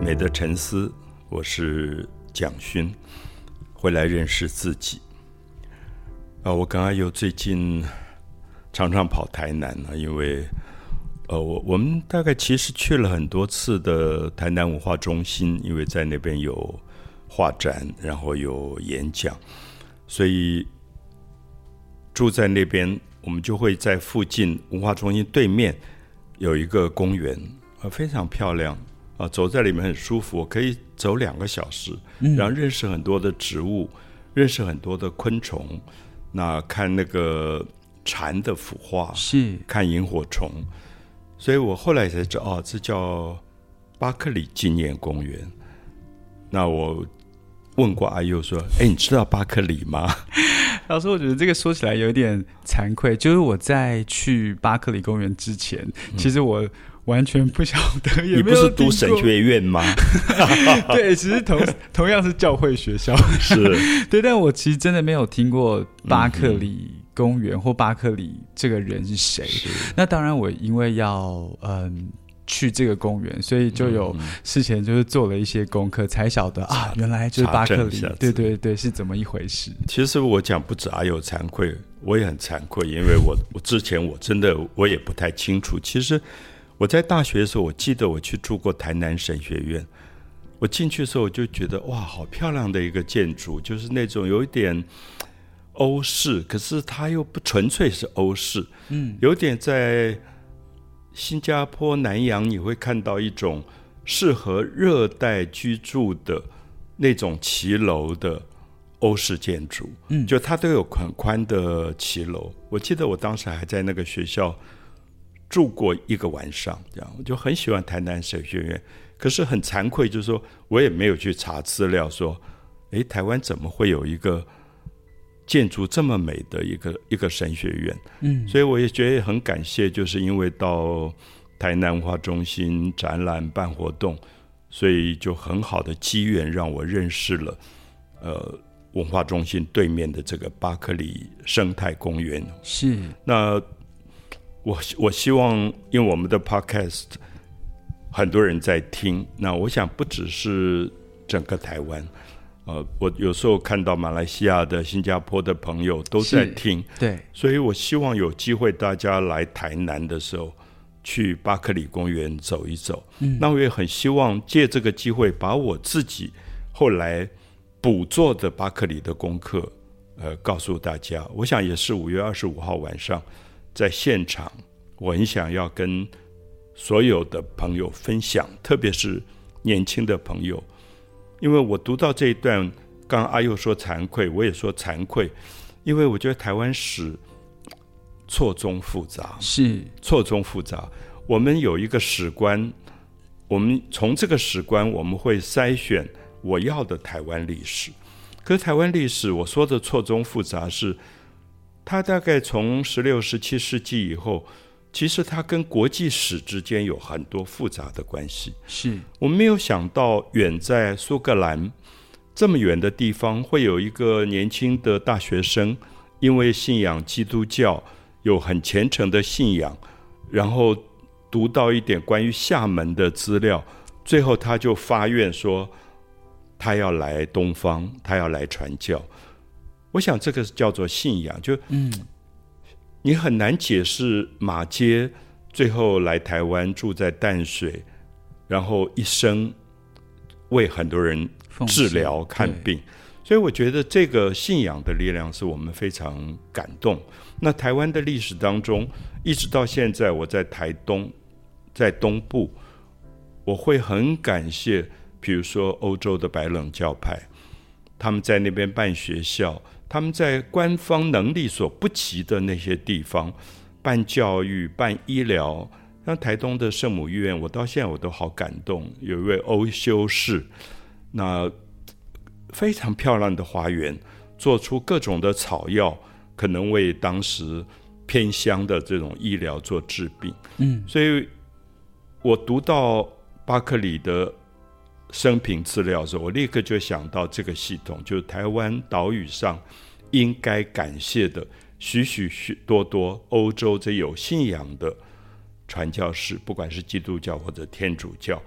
美的沉思，我是蒋勋，回来认识自己。我跟阿佑最近常常跑台南因为我们大概其实去了很多次的台南文化中心，因为在那边有画展，然后有演讲，所以住在那边，我们就会在附近文化中心对面有一个公园，非常漂亮走在里面很舒服，我可以走2个小时，然后认识很多的植物，认识很多的昆虫，那看那个蝉的孵化， 是看萤火虫，所以我后来才知道这叫巴克里纪念公园。那我问过阿佑说，你知道巴克里吗？ 老师，我觉得这个说起来有点惭愧，就是我在去巴克里公园之前，其实我完全不晓得，也没有。 你不是读神学院吗？ 对，其实同样是教会学校， 是对，但我其实真的没有听过巴克里公园或巴克里这个人是谁。那当然，我因为要去这个公园，所以就有事前就是做了一些功课，才晓得原来就是巴克里，对对对，是怎么一回事。 其实我讲不止阿佑惭愧，我也很惭愧，因为我之前我真的我也不太清楚。其实我在大学的时候，我记得我去住过台南神学院，我进去的时候我就觉得哇，好漂亮的一个建筑，就是那种有一点欧式，可是它又不纯粹是欧式，有点在新加坡南洋你会看到一种适合热带居住的那种骑楼的欧式建筑，就它都有很宽的骑楼。我记得我当时还在那个学校住过1个晚上，这样我就很喜欢台南神学院。可是很惭愧，就是说我也没有去查资料说台湾怎么会有一个建筑这么美的一个神学院。所以我也觉得很感谢，就是因为到台南文化中心展览办活动，所以就很好的机缘让我认识了文化中心对面的这个巴克里生态公园。 是， 那我希望因为我们的 podcast 很多人在听，那我想不只是整个台湾，我有时候看到马来西亚的、新加坡的朋友都在听， 对， 所以我希望有机会大家来台南的时候去巴克里公园走一走。那我也很希望借这个机会把我自己后来补做的巴克里的功课告诉大家。我想也是5月25号晚上在现场，我很想要跟所有的朋友分享，特别是年轻的朋友，因为我读到这一段，刚刚阿佑说惭愧，我也说惭愧，因为我觉得台湾史错综复杂， 是错综复杂。我们有一个史观，我们从这个史观我们会筛选我要的台湾历史。可是台湾历史我说的错综复杂是它大概从16、17世纪以后，其实它跟国际史之间有很多复杂的关系。 是我们没有想到远在苏格兰这么远的地方，会有一个年轻的大学生因为信仰基督教，有很虔诚的信仰，然后读到一点关于厦门的资料，最后他就发愿说他要来东方，他要来传教。我想这个叫做信仰，就你很难解释马偕最后来台湾住在淡水，然后一生为很多人治疗看病，所以我觉得这个信仰的力量是我们非常感动。那台湾的历史当中一直到现在，我在台东，在东部，我会很感谢比如说欧洲的白冷教派，他们在那边办学校，他们在官方能力所不及的那些地方办教育、办医疗。像台东的圣母医院，我到现在我都好感动，有一位欧修士，那非常漂亮的花园，做出各种的草药，可能为当时偏乡的这种医疗做治病。所以我读到巴克里的生平资料的时候，我立刻就想到这个系统，就是台湾岛屿上应该感谢的许许多多欧洲这有信仰的传教士，不管是基督教或者天主教，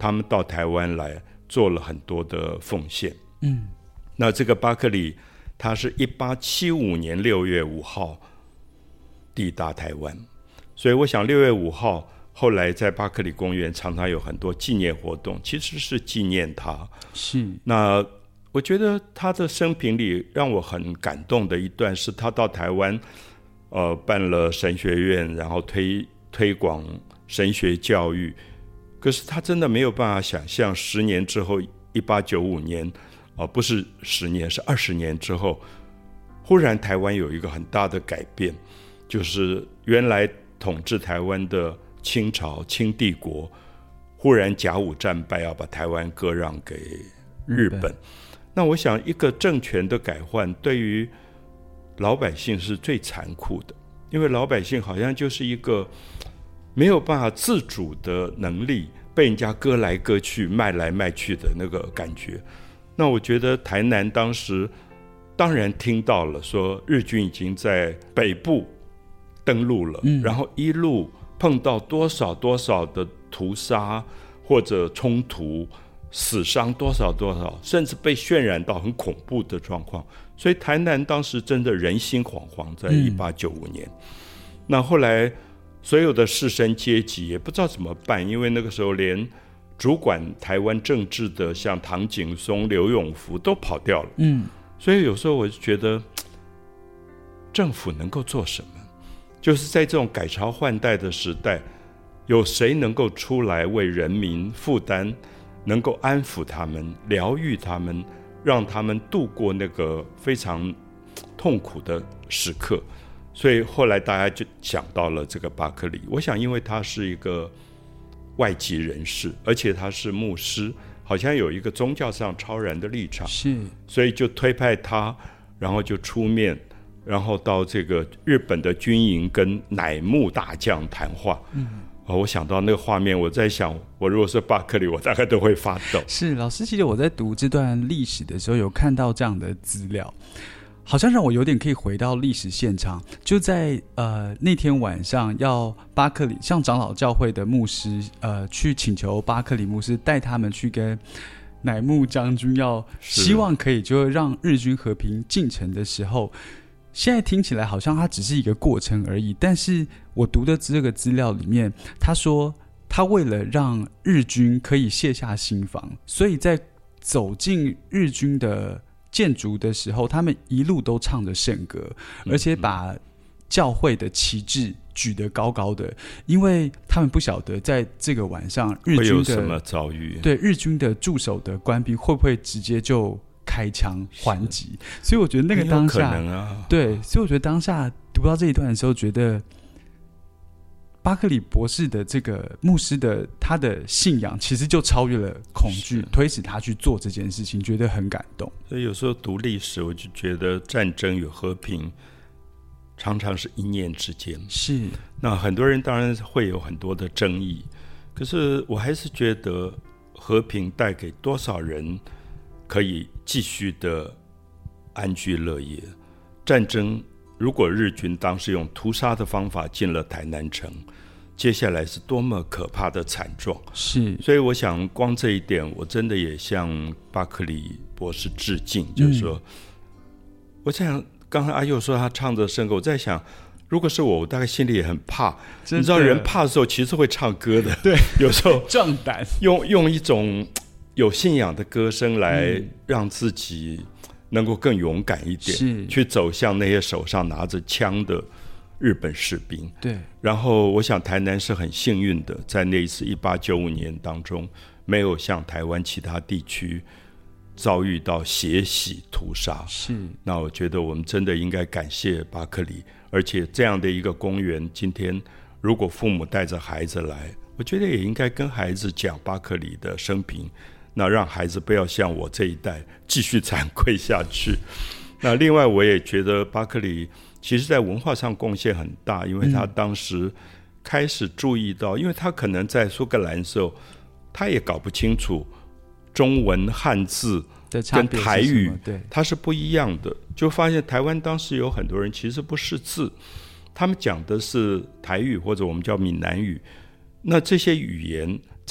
他们到台湾来做了很多的奉献。那这个巴克里他是1875年6月5号抵达台湾，所以我想6月5号后来在巴克里公园常常有很多纪念活动，其实是纪念他。 是， 那我觉得他的生平里让我很感动的一段是他到台湾办了神学院，然后推广神学教育。可是他真的没有办法想象10年之后1895年不是10年是20年之后，忽然台湾有一个很大的改变，就是原来统治台湾的清朝清帝国忽然甲午战败，要把台湾割让给日本。那我想一个政权的改换对于老百姓是最残酷的，因为老百姓好像就是一个没有办法自主的能力，被人家割来割去卖来卖去的那个感觉。那我觉得台南当时当然听到了说日军已经在北部登陆了，然后一路碰到多少多少的屠杀或者冲突，死伤多少多少，甚至被渲染到很恐怖的状况。所以台南当时真的人心惶惶，在1895年。那后来所有的士绅阶级也不知道怎么办，因为那个时候连主管台湾政治的像唐景崧、刘永福都跑掉了。所以有时候我就觉得政府能够做什么，就是在这种改朝换代的时代，有谁能够出来为人民负担，能够安抚他们、疗愈他们，让他们度过那个非常痛苦的时刻。所以后来大家就想到了这个巴克里。我想因为他是一个外籍人士，而且他是牧师，好像有一个宗教上超然的立场， 是， 所以就推派他，然后就出面，然后到这个日本的军营跟乃木大将谈话。我想到那个画面，我在想我如果是巴克里，我大概都会发抖。 是，老师，其实我在读这段历史的时候有看到这样的资料，好像让我有点可以回到历史现场。就在那天晚上，要巴克里向长老教会的牧师去请求巴克里牧师带他们去跟乃木将军，要希望可以就让日军和平进程的时候，现在听起来好像它只是一个过程而已。但是我读的这个资料里面，他说他为了让日军可以卸下心防，所以在走进日军的建筑的时候，他们一路都唱着圣歌，而且把教会的旗帜举得高高的，因为他们不晓得在这个晚上日军的会有什么遭遇， 对，日军的驻守的官兵会不会直接就开枪还击。所以我觉得那个当下，对，所以我觉得当下读到这一段的时候，觉得巴克里博士的这个牧师的他的信仰其实就超越了恐惧，推使他去做这件事情，觉得很感动。 所以有时候读历史，我就觉得战争与和平常常是一念之间。 是， 那很多人当然会有很多的争议，可是我还是觉得和平带给多少人可以继续的安居乐业。战争如果日军当时用屠杀的方法进了台南城，接下来是多么可怕的惨状。 是， 所以我想光这一点，我真的也向巴克里博士致敬。就是说，我想刚才阿佑说他唱着圣歌，我在想如果是我大概心里也很怕。你知道人怕的时候其实会唱歌的， 对， 有时候壮胆， 用一种有信仰的歌声来让自己能够更勇敢一点，去走向那些手上拿着枪的日本士兵。 对， 然后我想台南是很幸运的，在那一次1895年当中，没有像台湾其他地区遭遇到血洗屠杀。 是， 那我觉得我们真的应该感谢巴克里，而且这样的一个公园，今天如果父母带着孩子来，我觉得也应该跟孩子讲巴克里的生平，那让孩子不要像我这一代继续惭愧下去。那另外我也觉得巴克里其实在文化上贡献很大，因为他当时开始注意到，因为他可能在苏格兰的时候他也搞不清楚中文汉字跟台语它是不一样的，就发现台湾当时有很多人其实不识字，他们讲的是台语或者我们叫闽南语，那这些语言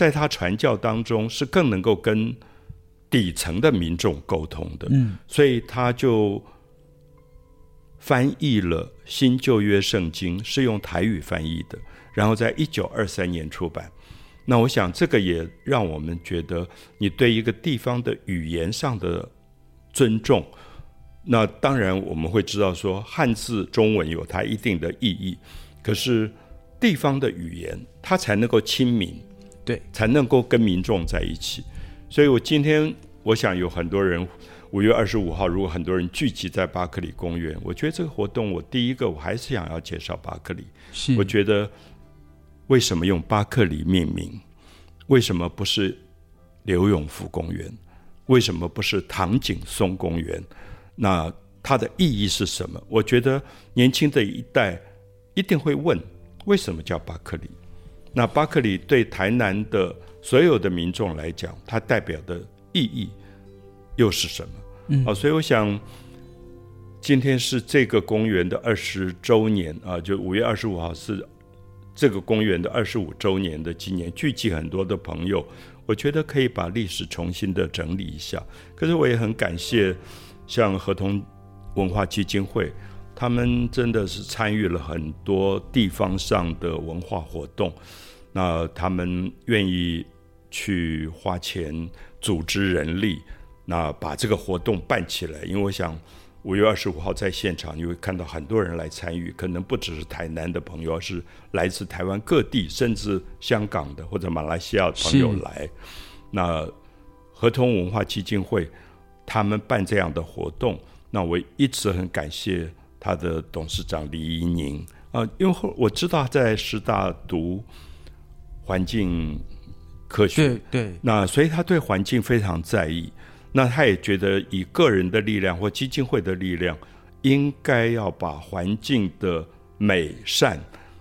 在他传教当中是更能够跟底层的民众沟通的，所以他就翻译了新旧约圣经，是用台语翻译的，然后在1923年出版。那我想这个也让我们觉得你对一个地方的语言上的尊重。那当然我们会知道说汉字中文有它一定的意义，可是地方的语言它才能够亲民， 对， 才能够跟民众在一起。所以我想有很多人5月25号如果很多人聚集在巴克里公园，我觉得这个活动我还是想要介绍巴克里。我觉得为什么用巴克里命名，为什么不是刘永福公园，为什么不是唐景崧公园，那它的意义是什么？我觉得年轻的一代一定会问为什么叫巴克里。那巴克里对台南的所有的民众来讲，它代表的意义又是什么？所以我想今天是这个公园的20周年就5月25号是这个公园的25周年的纪念，聚集很多的朋友，我觉得可以把历史重新的整理一下。可是我也很感谢像合同文化基金会，他们真的是参与了很多地方上的文化活动，那他们愿意去花钱组织人力，那把这个活动办起来。因为我想5月25号在现场你会看到很多人来参与，可能不只是台南的朋友，而是来自台湾各地甚至香港的或者马来西亚的朋友来。那合同文化基金会他们办这样的活动，那我一直很感谢他的董事长李怡宁因为我知道在师大读环境科学， 对， 那所以他对环境非常在意。那他也觉得以个人的力量或基金会的力量，应该要把环境的美善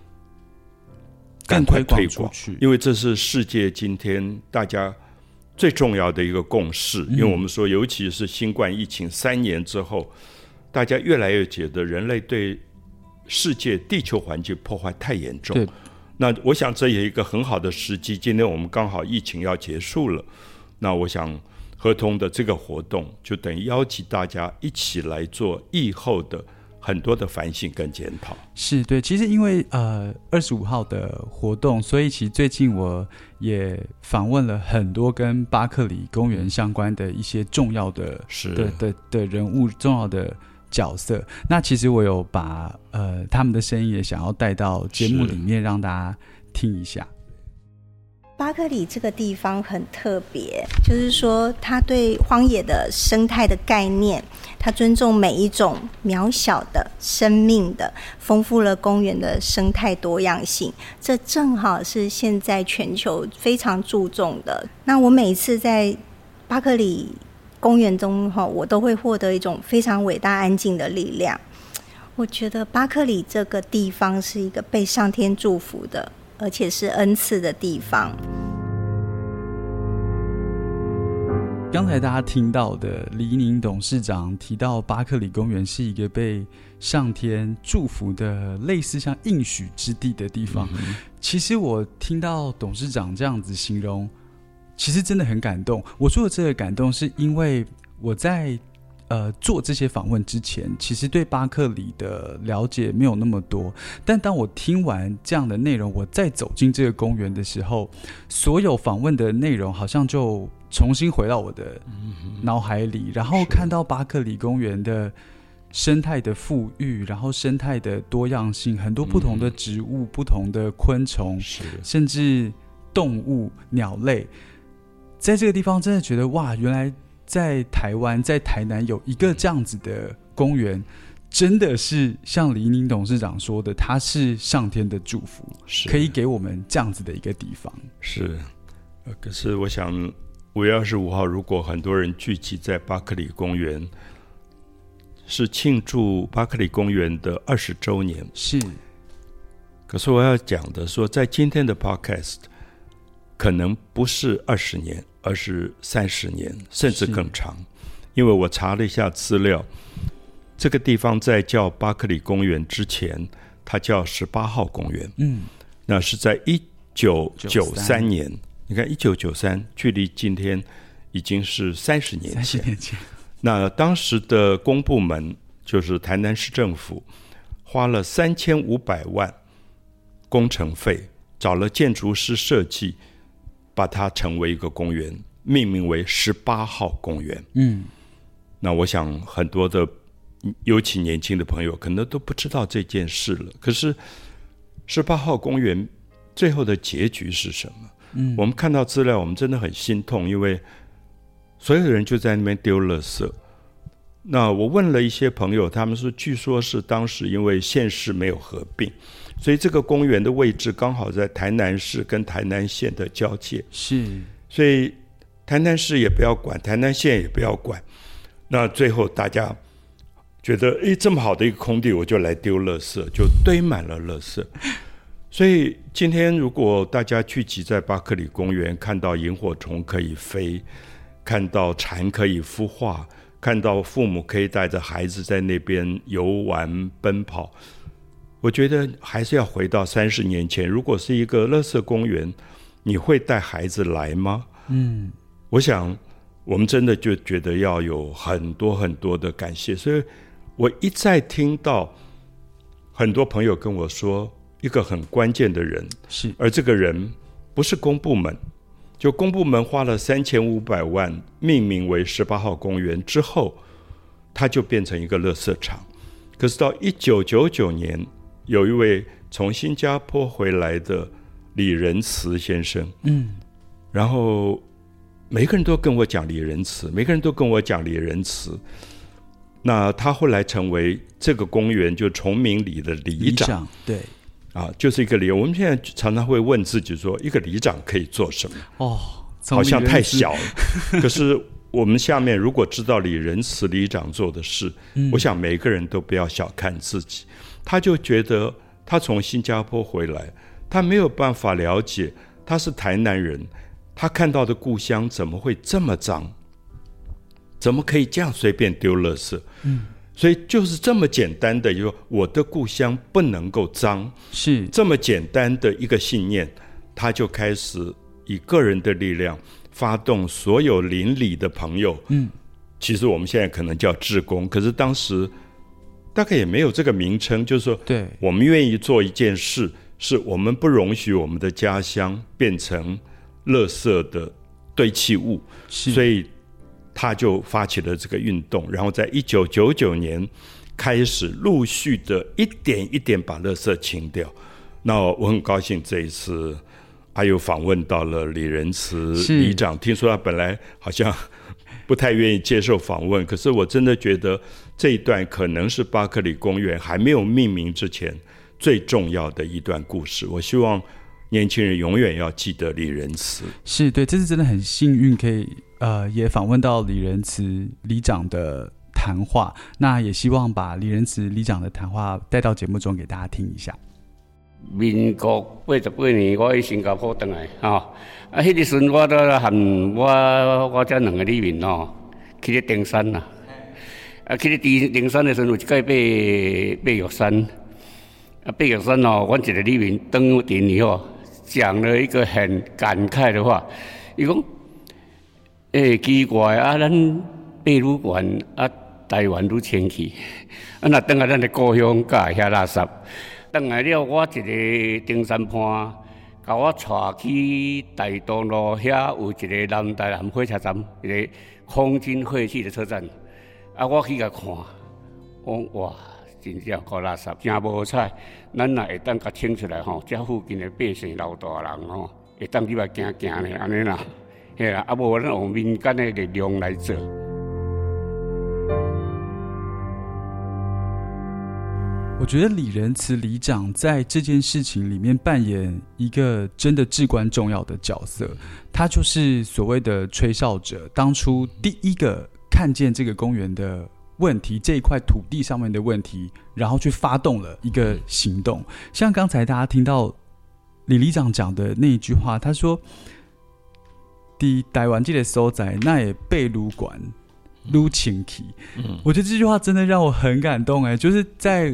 赶快推广出去，因为这是世界今天大家最重要的一个共识。因为我们说尤其是新冠疫情3年之后，大家越来越觉得人类对世界地球环境破坏太严重。那我想这也一个很好的时机，今天我们刚好疫情要结束了，那我想合同的这个活动就等于邀请大家一起来做疫后的很多的反省跟检讨。 是，对，其实因为25号的活动，所以其实最近我也访问了很多跟巴克里公园相关的一些重要的人物，重要的角色。那其实我有把他们的声音也想要带到节目里面让大家听一下。 巴克里这个地方很特别，就是说它对荒野的生态的概念，它尊重每一种渺小的生命的，丰富了公园的生态多样性，这正好是现在全球非常注重的。那我每一次在巴克里公园中我都会获得一种非常伟大安静的力量。我觉得巴克里这个地方是一个被上天祝福的，而且是恩赐的地方。 刚才大家听到的李怡宁董事长提到巴克里公园是一个被上天祝福的类似像应许之地的地方，其实我听到董事长这样子形容，其实真的很感动。我说的这个感动是因为我在做这些访问之前，其实对巴克里的了解没有那么多，但当我听完这样的内容，我再走进这个公园的时候，所有访问的内容好像就重新回到我的脑海里，然后看到巴克里公园的生态的富裕，然后生态的多样性，很多不同的植物，不同的昆虫，甚至动物鸟类，在这个地方真的觉得哇，原来在台湾在台南有一个这样子的公园，真的是像李怡宁董事长说的，它是上天的祝福，可以给我们这样子的一个地方。 是，可是我想5月25号如果很多人聚集在巴克里公园，是庆祝巴克里公园的20周年。 是， 可是我要讲的说，在今天的 podcast 可能不是20年，而是30年甚至更长。因为我查了一下资料，这个地方在叫巴克里公园之前，它叫18号公园。那是在1993年， 你看1993距离今天已经是30年前。那当时的公部门就是台南市政府花了3500万工程费，找了建筑师设计，把它成为一个公园，命名为18号公园。那我想很多的尤其年轻的朋友可能都不知道这件事了。可是18号公园最后的结局是什么？我们看到资料我们真的很心痛，因为所有的人就在那边丢垃圾。那我问了一些朋友，他们说据说是当时因为县市没有合并，所以这个公园的位置刚好在台南市跟台南县的交界， 是， 所以台南市也不要管，台南县也不要管。那最后大家觉得这么好的一个空地，我就来丢垃圾，就堆满了垃圾。所以今天如果大家聚集在巴克里公园，看到萤火虫可以飞，看到蝉可以孵化，看到父母可以带着孩子在那边游玩奔跑，我觉得还是要回到30年前，如果是一个垃圾公园，你会带孩子来吗？我想我们真的就觉得要有很多很多的感谢。所以我一再听到很多朋友跟我说一个很关键的人， 是，而这个人不是公部门，就公部门花了3500万命名为18号公园之后，它就变成一个垃圾场。可是到1999年，有一位从新加坡回来的李仁慈先生，然后每个人都跟我讲李仁慈，每个人都跟我讲李仁慈。那他后来成为这个公园就崇明里的里长， 对。 就是一个里，我们现在常常会问自己说，一个里长可以做什么？好像太小了。可是我们下面如果知道李仁慈里长做的事，我想每个人都不要小看自己。他就觉得他从新加坡回来，他没有办法了解，他是台南人，他看到的故乡怎么会这么脏，怎么可以这样随便丢垃圾？所以就是这么简单的，就是我的故乡不能够脏， 是这么简单的一个信念，他就开始以个人的力量发动所有邻里的朋友。其实我们现在可能叫志工，可是当时大概也没有这个名称，就是说，对，我们愿意做一件事，是我们不容许我们的家乡变成垃圾的堆砌物，所以他就发起了这个运动，然后在1999年开始陆续的一点一点把垃圾清掉。那我很高兴这一次又访问到了李仁慈里长，听说他本来好像不太愿意接受访问，可是我真的觉得这一段可能是巴克里公园还没有命名之前最重要的一段故事。我希望年轻人永远要记得李仁慈。 是，对，这次真的很幸运可以也访问到李仁慈里长的谈话，那也希望把李仁慈里长的谈话带到节目中给大家听一下。 民国88年我去新加坡回来迄个时阵我都含我这两个里面去咧登山啦，去咧登山的时阵有一个爬玉山，爬玉山我一个里面登顶以后讲了一个很感慨的话，伊讲奇怪咱爬愈悬台湾愈清气，若登来咱的故乡甲遐垃圾。回来了，我一个登山伴，甲我带去大东路遐有一个南台南火车站，一个空军废弃的车站。我去甲看，哇，真正够垃圾，真无彩。咱若会当甲清出来这附近的百姓老大人会当去来行行咧，安尼啦，嘿啦，无咱用民间的力量来做。 我觉得李仁慈里长在这件事情里面扮演一个真的至关重要的角色，他就是所谓的吹哨者，当初第一个看见这个公园的问题，这一块土地上面的问题，然后去发动了一个行动。像刚才大家听到李里长讲的那一句话，他说在台湾这个所在那也被撸管撸清气，我觉得这句话真的让我很感动就是在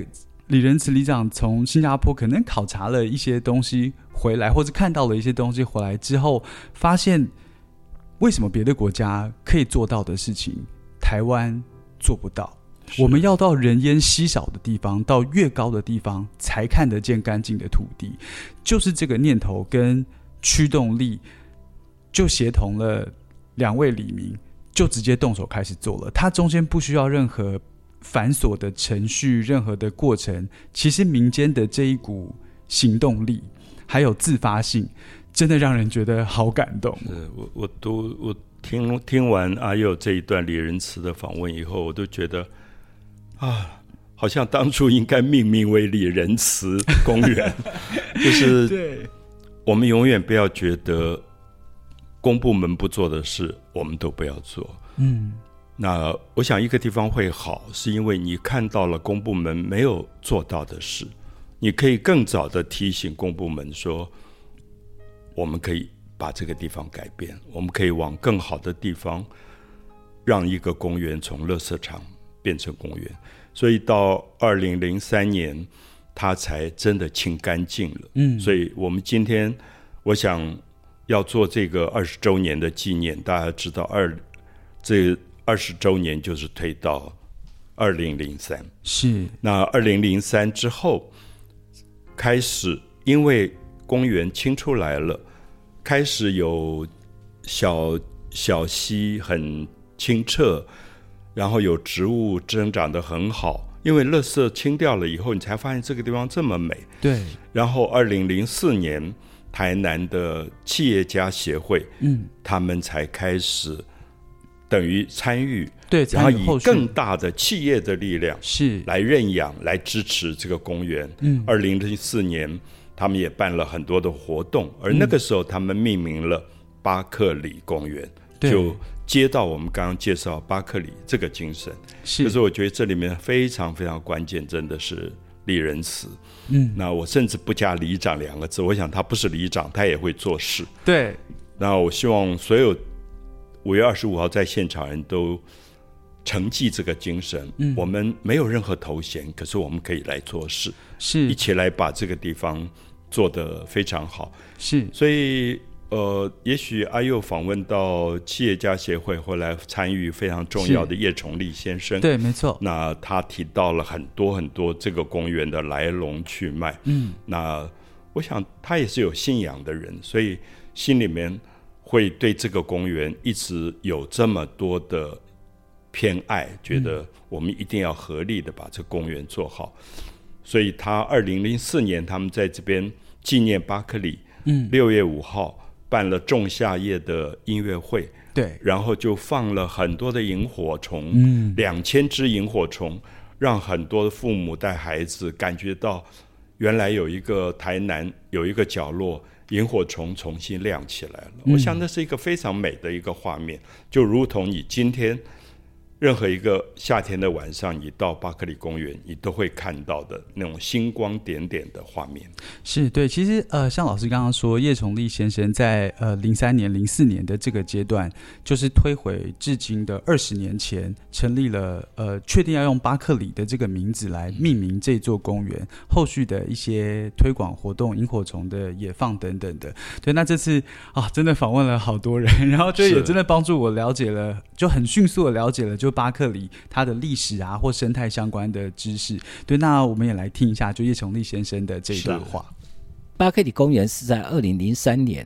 李仁慈里长从新加坡可能考察了一些东西回来，或者看到了一些东西回来之后，发现为什么别的国家可以做到的事情，台湾做不到？我们要到人烟稀少的地方，到越高的地方才看得见干净的土地，就是这个念头跟驱动力，就协同了2位里民，就直接动手开始做了。它中间不需要任何繁琐的程序，任何的过程。其实民间的这一股行动力，还有自发性，真的让人觉得好感动。 我听完阿佑这一段李仁慈的访问以后，我都觉得好像当初应该命名为李仁慈公园。就是对， 我们永远不要觉得公部门不做的事我们都不要做。那我想一个地方会好，是因为你看到了公部门没有做到的事，你可以更早的提醒公部门说，我们可以把这个地方改变，我们可以往更好的地方让一个公园从垃圾场变成公园。所以到2003年它才真的清干净了。所以我们今天我想要做这个20周年的纪念，大家知道这20周年就是推到2003。 是。那 2003之后开始，因为公园清出来了，开始有小溪很清澈，然后有植物生长得很好。因为垃圾清掉了以后，你才发现这个地方这么美。 对。然后2004年台南的企业家协会，他们才开始等于参与， 对， 然后以更大的企业的力量是来认养、来支持这个公园。2004年他们也办了很多的活动，而那个时候他们命名了巴克里公园，就接到我们刚刚介绍巴克里这个精神。可是我觉得这里面非常非常关键，真的是李仁慈。那我甚至不加里长2个字，我想他不是里长，他也会做事。 对。 那我希望所有5月25号在现场人都承继这个精神。我们没有任何头衔，可是我们可以来做事，一起来把这个地方做得非常好。所以也许阿佑访问到企业家协会，后来参与非常重要的叶崇立先生。 对，没错。 那他提到了很多很多这个公园的来龙去脉。那我想他也是有信仰的人，所以心里面会对这个公园一直有这么多的偏爱，觉得我们一定要合力的把这个公园做好。所以他2004年他们在这边纪念巴克里，6月5号办了仲夏夜的音乐会。 对。然后就放了很多的萤火虫，2000只萤火虫，让很多的父母带孩子感觉到原来有一个台南有一个角落萤火虫重新亮起来了。我想那是一个非常美的一个画面，就如同你今天任何一个夏天的晚上，你到巴克里公园你都会看到的那种星光点点的画面。 是，对。其实像老师刚刚说，叶崇立先生在03年04年的这个阶段，就是推回至今的20年前成立了确定要用巴克里的这个名字来命名这座公园，后续的一些推广活动，萤火虫的野放等等的。对，那这次真的访问了好多人，然后就也真的帮助我了解了，就很迅速的了解了就巴克里它的历史啊或生态相关的知识。对，那我们也来听一下就叶崇立先生的这一段话。 巴克里公园是在2003年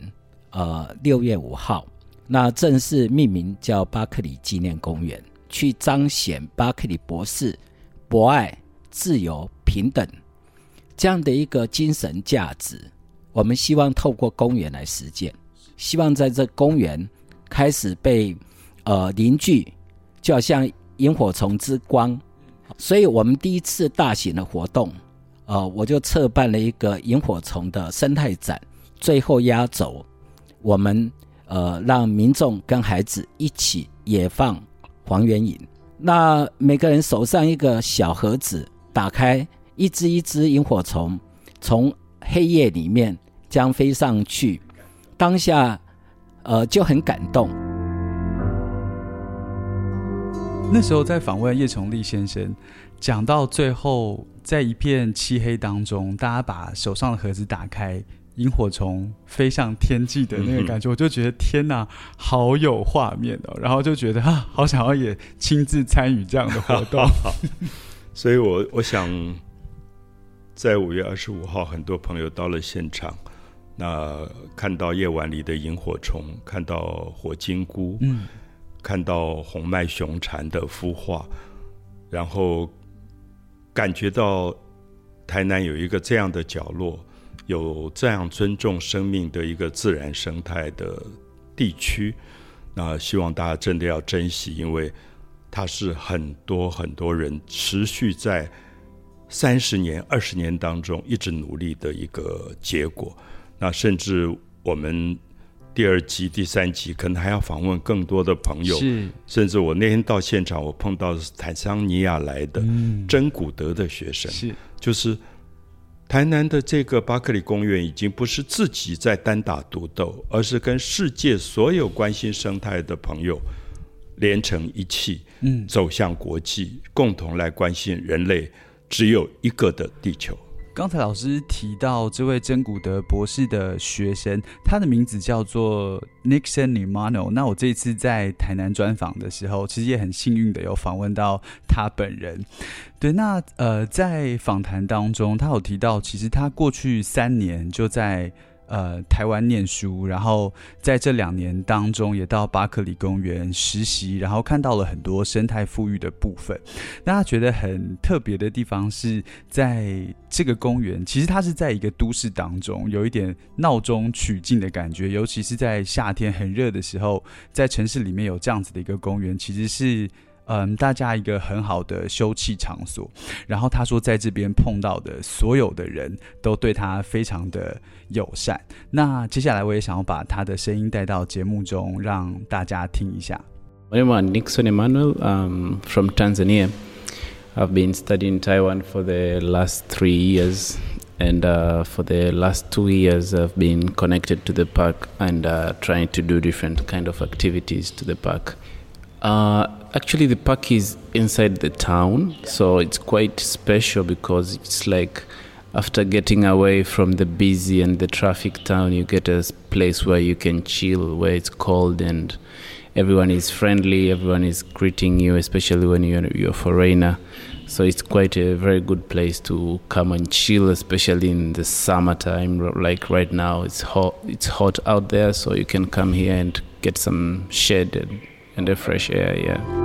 6月5号，那正式命名叫巴克里纪念公园，去彰显巴克里博士博爱、自由、平等这样的一个精神价值。我们希望透过公园来实践，希望在这公园开始被凝聚，就好像萤火虫之光。所以我们第一次大型的活动我就策办了一个萤火虫的生态展，最后压轴我们让民众跟孩子一起野放黄缘萤。那每个人手上一个小盒子，打开一只一只萤火虫从黑夜里面将飞上去，当下就很感动。 那时候在访问叶崇立先生，讲到最后，在一片漆黑当中，大家把手上的盒子打开，萤火虫飞向天际的那个感觉，我就觉得天哪，好有画面哦！然后就觉得好想要也亲自参与这样的活动。 所以我想，在5月25号，很多朋友到了现场，那看到夜晚里的萤火虫，看到火金菇，看到红脉熊蝉的孵化，然后感觉到台南有一个这样的角落，有这样尊重生命的一个自然生态的地区，那希望大家真的要珍惜，因为它是很多很多人持续在30年、20年当中一直努力的一个结果。那甚至我们第2集、第3集可能还要访问更多的朋友，甚至我那天到现场，我碰到的是坦桑尼亚来的真古德的学生，就是台南的这个巴克里公园已经不是自己在单打独斗，而是跟世界所有关心生态的朋友连成一气，走向国际，共同来关心人类只有一个的地球。 刚才老师提到这位真古德博士的学生，他的名字叫做 Nixon Nimano。那我这一次在台南专访的时候，其实也很幸运的有访问到他本人。对，那在访谈当中，他有提到，其实他过去3年就在台湾念书，然后在这2年当中也到巴克里公园实习，然后看到了很多生态富裕的部分。那他觉得很特别的地方是在这个公园，其实它是在一个都市当中，有一点闹中取静的感觉，尤其是在夏天很热的时候，在城市里面有这样子的一个公园，其实是大家一个很好的休憩场所。然后他说在这边碰到的所有的人都对他非常的友善。那接下来我也想要把他的声音带到节目中，让大家听一下。 My name is Nixon Emmanuel. From Tanzania. I've been studying Taiwan for the last 3 years. And for the last 2 years, I've been connected to the park and trying to do different kind of activities to the park. Actually, the park is inside the town, so it's quite special because it's like after getting away from the busy and the traffic town, you get a place where you can chill, where it's cold and everyone is friendly, everyone is greeting you, especially when you're a foreigner. So it's quite a very good place to come and chill, especially in the summertime. Like right now, it's hot out there, so you can come here and get some shade and the fresh air, yeah.